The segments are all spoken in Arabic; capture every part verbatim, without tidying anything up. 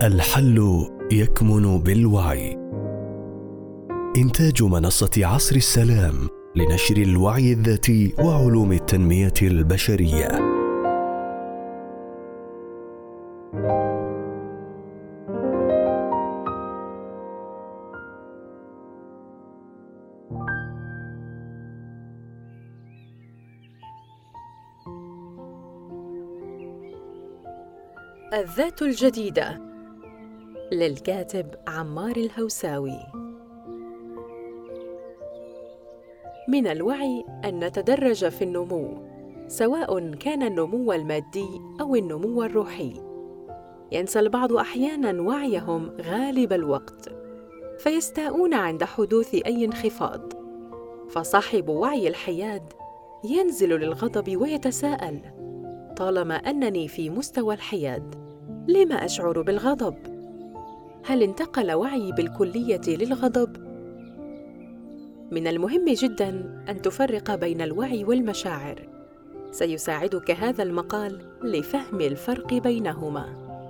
الحل يكمن بالوعي. إنتاج منصة عصر السلام لنشر الوعي الذاتي وعلوم التنمية البشرية. الذات الجديدة للكاتب عمار الهوساوي. من الوعي أن نتدرج في النمو، سواء كان النمو المادي أو النمو الروحي. ينسى البعض أحياناً وعيهم غالب الوقت، فيستاءون عند حدوث أي انخفاض. فصاحب وعي الحياد ينزل للغضب ويتساءل: طالما أنني في مستوى الحياد، لم أشعر بالغضب؟ هل انتقل وعيي بالكلية للغضب؟ من المهم جداً أن تفرق بين الوعي والمشاعر. سيساعدك هذا المقال لفهم الفرق بينهما.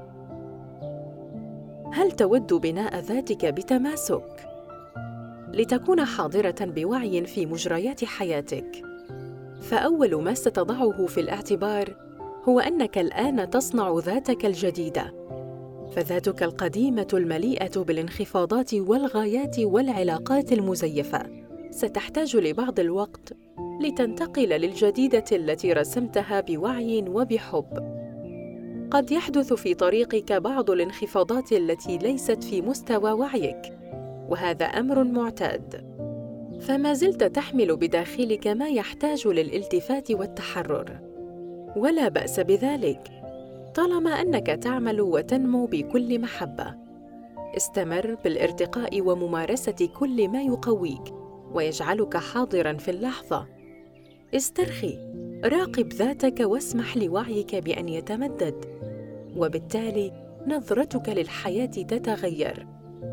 هل تود بناء ذاتك بتماسك؟ لتكون حاضرة بوعي في مجريات حياتك، فأول ما ستضعه في الاعتبار هو أنك الآن تصنع ذاتك الجديدة. فذاتك القديمة المليئة بالانخفاضات والغايات والعلاقات المزيفة ستحتاج لبعض الوقت لتنتقل للجديدة التي رسمتها بوعي وبحب. قد يحدث في طريقك بعض الانخفاضات التي ليست في مستوى وعيك، وهذا أمر معتاد، فما زلت تحمل بداخلك ما يحتاج للالتفات والتحرر، ولا بأس بذلك طالما أنك تعمل وتنمو بكل محبة. استمر بالارتقاء وممارسة كل ما يقويك ويجعلك حاضراً في اللحظة. استرخي، راقب ذاتك واسمح لوعيك بأن يتمدد، وبالتالي نظرتك للحياة تتغير.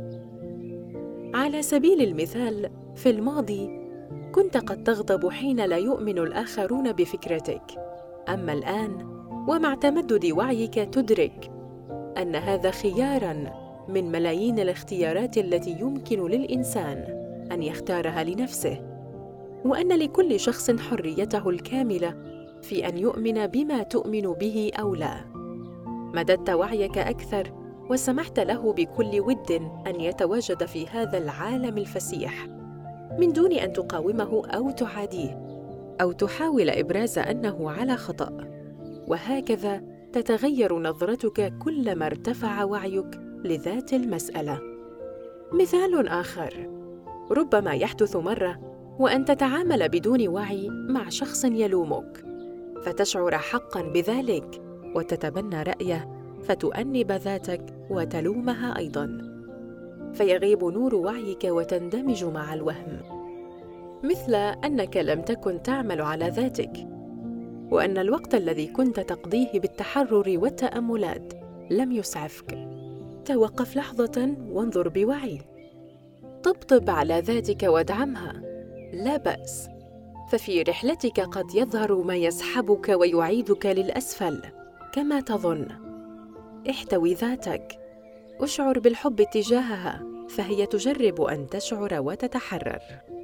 على سبيل المثال، في الماضي كنت قد تغضب حين لا يؤمن الآخرون بفكرتك، أما الآن ومع تمدد وعيك تدرك أن هذا خياراً من ملايين الاختيارات التي يمكن للإنسان أن يختارها لنفسه، وأن لكل شخص حريته الكاملة في أن يؤمن بما تؤمن به أو لا. مددت وعيك أكثر وسمحت له بكل ود أن يتواجد في هذا العالم الفسيح من دون أن تقاومه أو تعاديه أو تحاول إبراز أنه على خطأ. وهكذا تتغير نظرتك كلما ارتفع وعيك لذات المسألة. مثال آخر، ربما يحدث مرة وأن تتعامل بدون وعي مع شخص يلومك، فتشعر حقاً بذلك وتتبنى رأيه فتؤنب ذاتك وتلومها أيضاً، فيغيب نور وعيك وتندمج مع الوهم، مثل أنك لم تكن تعمل على ذاتك، وأن الوقت الذي كنت تقضيه بالتحرر والتأملات لم يسعفك. توقف لحظة وانظر بوعي. طبطب على ذاتك وادعمها، لا بأس، ففي رحلتك قد يظهر ما يسحبك ويعيدك للأسفل كما تظن. احتوي ذاتك، اشعر بالحب تجاهها، فهي تجرب أن تشعر وتتحرر.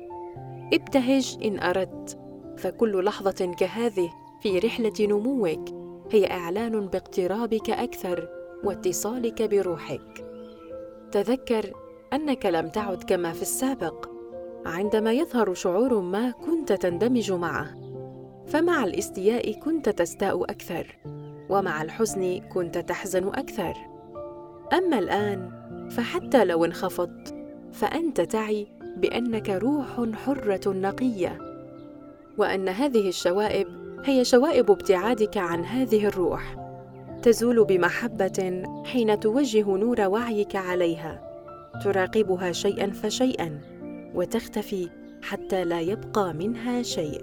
ابتهج إن أردت، فكل لحظة كهذه في رحلة نموك هي إعلان باقترابك أكثر واتصالك بروحك. تذكر أنك لم تعد كما في السابق. عندما يظهر شعور ما كنت تندمج معه، فمع الاستياء كنت تستاء أكثر، ومع الحزن كنت تحزن أكثر. أما الآن فحتى لو انخفضت فأنت تعي بأنك روح حرة نقية، وأن هذه الشوائب هي شوائب ابتعادك عن هذه الروح، تزول بمحبة حين توجه نور وعيك عليها، تراقبها شيئاً فشيئاً وتختفي حتى لا يبقى منها شيء.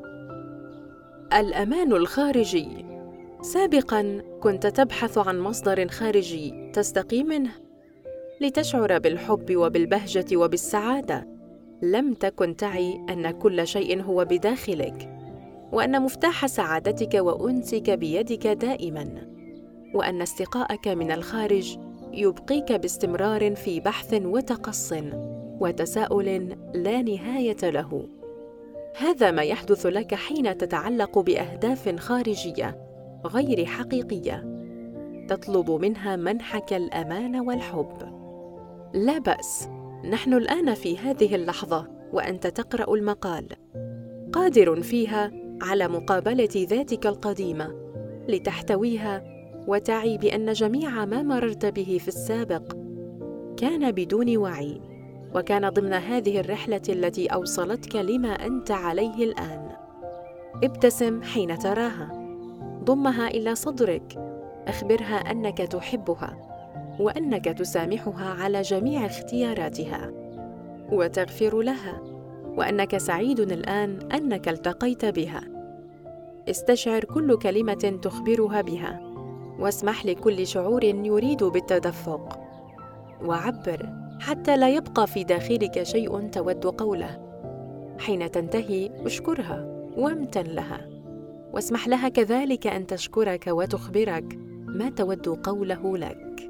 الأمان الخارجي. سابقاً كنت تبحث عن مصدر خارجي تستقي منه لتشعر بالحب وبالبهجة وبالسعادة. لم تكن تعي أن كل شيء هو بداخلك، وأن مفتاح سعادتك وأنسك بيدك دائماً، وأن استقاءك من الخارج يبقيك باستمرار في بحث وتقص وتساؤل لا نهاية له. هذا ما يحدث لك حين تتعلق بأهداف خارجية غير حقيقية تطلب منها منحك الأمان والحب. لا بأس، نحن الآن في هذه اللحظة وأنت تقرأ المقال، قادر فيها على مقابلة ذاتك القديمة لتحتويها وتعي بأن جميع ما مررت به في السابق كان بدون وعي، وكان ضمن هذه الرحلة التي أوصلتك لما أنت عليه الآن. ابتسم حين تراها، ضمها إلى صدرك، أخبرها أنك تحبها وأنك تسامحها على جميع اختياراتها وتغفر لها، وأنك سعيد الآن أنك التقيت بها. استشعر كل كلمة تخبرها بها، واسمح لكل شعور يريد بالتدفق، وعبر حتى لا يبقى في داخلك شيء تود قوله. حين تنتهي اشكرها وامتن لها، واسمح لها كذلك أن تشكرك وتخبرك ما تود قوله لك.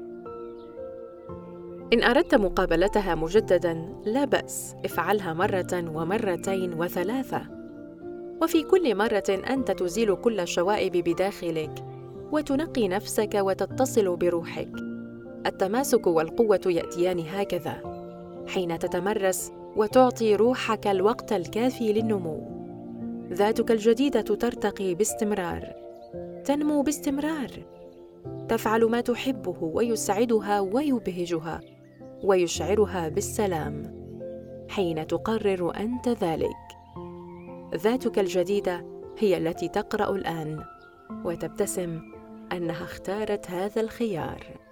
إن أردت مقابلتها مجدداً لا بأس، افعلها مرة ومرتين وثلاثة، وفي كل مرة أنت تزيل كل الشوائب بداخلك وتنقي نفسك وتتصل بروحك. التماسك والقوة يأتيان هكذا، حين تتمرس وتعطي روحك الوقت الكافي للنمو. ذاتك الجديدة ترتقي باستمرار، تنمو باستمرار، تفعل ما تحبه ويسعدها ويبهجها ويشعرها بالسلام حين تقرر أنت ذلك. ذاتك الجديدة هي التي تقرأ الآن وتبتسم أنها اختارت هذا الخيار.